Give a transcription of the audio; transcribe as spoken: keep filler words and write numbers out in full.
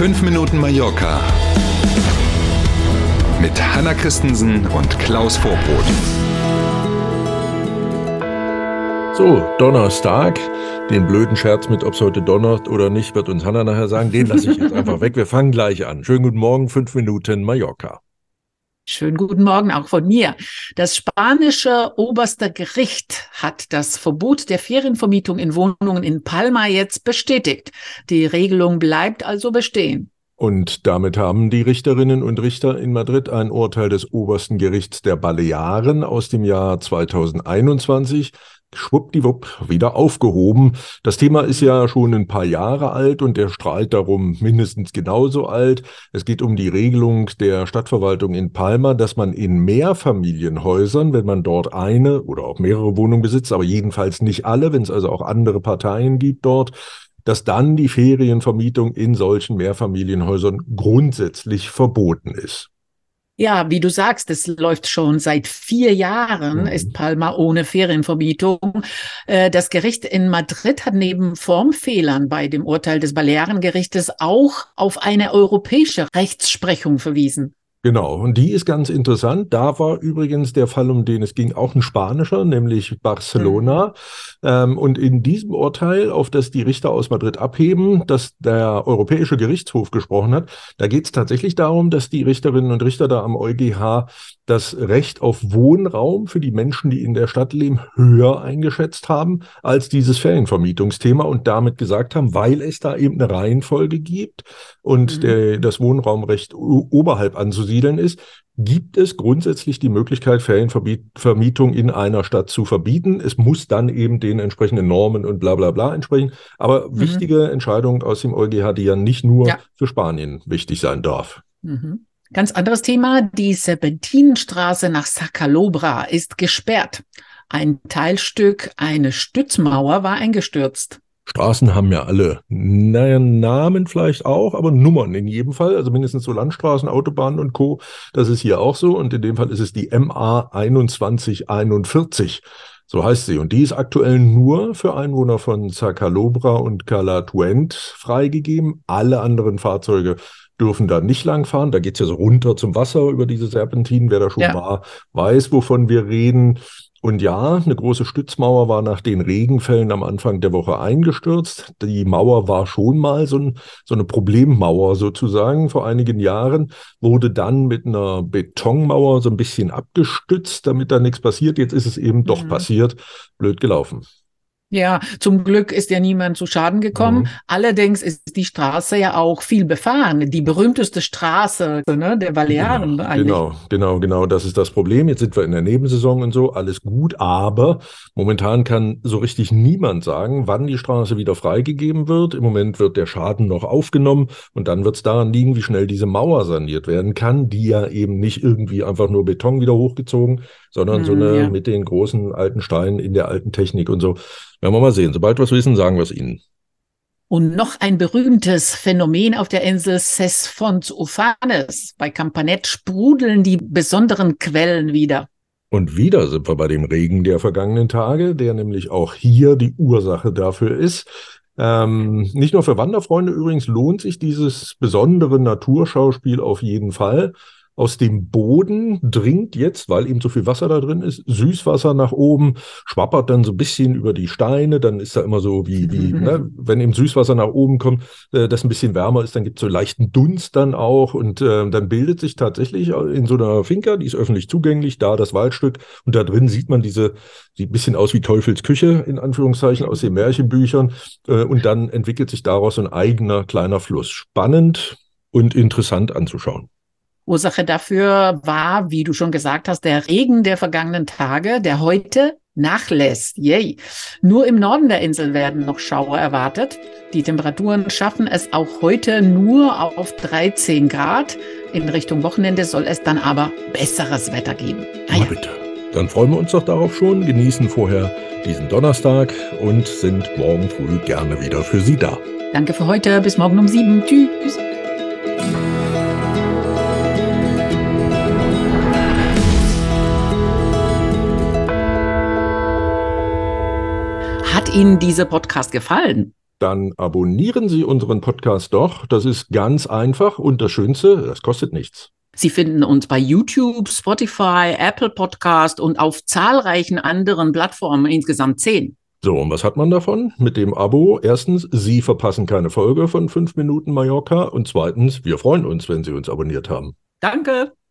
fünf Minuten Mallorca mit Hanna Christensen und Klaus Vorbrot. So, Donnerstag. Den blöden Scherz mit, ob es heute donnert oder nicht, wird uns Hanna nachher sagen. Den lasse ich jetzt einfach weg. Wir fangen gleich an. Schönen guten Morgen, fünf Minuten Mallorca. Schönen guten Morgen auch von mir. Das spanische oberste Gericht hat das Verbot der Ferienvermietung in Wohnungen in Palma jetzt bestätigt. Die Regelung bleibt also bestehen. Und damit haben die Richterinnen und Richter in Madrid ein Urteil des obersten Gerichts der Balearen aus dem Jahr zweitausendeinundzwanzig schwuppdiwupp wieder aufgehoben. Das Thema ist ja schon ein paar Jahre alt und der Streit darum mindestens genauso alt. Es geht um die Regelung der Stadtverwaltung in Palma, dass man in Mehrfamilienhäusern, wenn man dort eine oder auch mehrere Wohnungen besitzt, aber jedenfalls nicht alle, wenn es also auch andere Parteien gibt dort, dass dann die Ferienvermietung in solchen Mehrfamilienhäusern grundsätzlich verboten ist. Ja, wie du sagst, es läuft schon seit vier Jahren, mhm. ist Palma ohne Ferienvermietung. Das Gericht in Madrid hat neben Formfehlern bei dem Urteil des Balearengerichtes auch auf eine europäische Rechtsprechung verwiesen. Genau, und die ist ganz interessant. Da war übrigens der Fall, um den es ging, auch ein spanischer, nämlich Barcelona. Mhm. Ähm, und in diesem Urteil, auf das die Richter aus Madrid abheben, das der Europäische Gerichtshof gesprochen hat, da geht es tatsächlich darum, dass die Richterinnen und Richter da am EuGH das Recht auf Wohnraum für die Menschen, die in der Stadt leben, höher eingeschätzt haben als dieses Ferienvermietungsthema und damit gesagt haben, weil es da eben eine Reihenfolge gibt und mhm. der, das Wohnraumrecht oberhalb anzusiedeln ist, gibt es grundsätzlich die Möglichkeit, Ferienvermietung in einer Stadt zu verbieten. Es muss dann eben den entsprechenden Normen und bla bla bla entsprechen. Aber mhm. wichtige Entscheidung aus dem EuGH, die ja nicht nur ja. für Spanien wichtig sein darf. Mhm. Ganz anderes Thema. Die Serpentinenstraße nach Sacalobra ist gesperrt. Ein Teilstück, eine Stützmauer war eingestürzt. Straßen haben ja alle, naja, Namen vielleicht auch, aber Nummern in jedem Fall, also mindestens so Landstraßen, Autobahnen und Co. Das ist hier auch so und in dem Fall ist es die M A einundzwanzig einundvierzig, so heißt sie. Und die ist aktuell nur für Einwohner von Sacalobra und Calatuent freigegeben. Alle anderen Fahrzeuge dürfen da nicht lang fahren. Da geht es ja so runter zum Wasser über diese Serpentinen. Wer da schon ja. war, weiß, wovon wir reden. Und ja, eine große Stützmauer war nach den Regenfällen am Anfang der Woche eingestürzt. Die Mauer war schon mal so, ein, so eine Problemmauer sozusagen vor einigen Jahren, wurde dann mit einer Betonmauer so ein bisschen abgestützt, damit da nichts passiert. Jetzt ist es eben mhm. doch passiert. Blöd gelaufen. Ja, zum Glück ist ja niemand zu Schaden gekommen. Mhm. Allerdings ist die Straße ja auch viel befahren. Die berühmteste Straße, ne, der Balearen genau, eigentlich. Genau, genau, genau. Das ist das Problem. Jetzt sind wir in der Nebensaison und so, alles gut. Aber momentan kann so richtig niemand sagen, wann die Straße wieder freigegeben wird. Im Moment wird der Schaden noch aufgenommen und dann wird es daran liegen, wie schnell diese Mauer saniert werden kann, die ja eben nicht irgendwie einfach nur Beton wieder hochgezogen, sondern mm, so eine ja. mit den großen alten Steinen in der alten Technik und so. Werden wir mal sehen. Sobald wir es wissen, sagen wir es Ihnen. Und noch ein berühmtes Phänomen auf der Insel Ses Fonts Ufanes. Bei Campanet sprudeln die besonderen Quellen wieder. Und wieder sind wir bei dem Regen der vergangenen Tage, der nämlich auch hier die Ursache dafür ist. Ähm, nicht nur für Wanderfreunde übrigens lohnt sich dieses besondere Naturschauspiel auf jeden Fall. Aus dem Boden dringt jetzt, weil eben so viel Wasser da drin ist, Süßwasser nach oben, schwappert dann so ein bisschen über die Steine, dann ist da immer so wie, wie ne, wenn eben Süßwasser nach oben kommt, äh, das ein bisschen wärmer ist, dann gibt es so leichten Dunst dann auch und äh, dann bildet sich tatsächlich in so einer Finca, die ist öffentlich zugänglich, da das Waldstück und da drin sieht man diese, sieht ein bisschen aus wie Teufels Küche, in Anführungszeichen, aus den Märchenbüchern äh, und dann entwickelt sich daraus ein eigener kleiner Fluss. Spannend und interessant anzuschauen. Ursache dafür war, wie du schon gesagt hast, der Regen der vergangenen Tage, der heute nachlässt. Yay. Nur im Norden der Insel werden noch Schauer erwartet. Die Temperaturen schaffen es auch heute nur auf dreizehn Grad. In Richtung Wochenende soll es dann aber besseres Wetter geben. Ah, ja. Bitte. Dann freuen wir uns doch darauf schon, genießen vorher diesen Donnerstag und sind morgen früh gerne wieder für Sie da. Danke für heute. Bis morgen um sieben. Tschüss. Hat Ihnen dieser Podcast gefallen? Dann abonnieren Sie unseren Podcast doch. Das ist ganz einfach und das Schönste, das kostet nichts. Sie finden uns bei YouTube, Spotify, Apple Podcast und auf zahlreichen anderen Plattformen, insgesamt zehn. So, und was hat man davon? Mit dem Abo, erstens, Sie verpassen keine Folge von fünf Minuten Mallorca und zweitens, wir freuen uns, wenn Sie uns abonniert haben. Danke.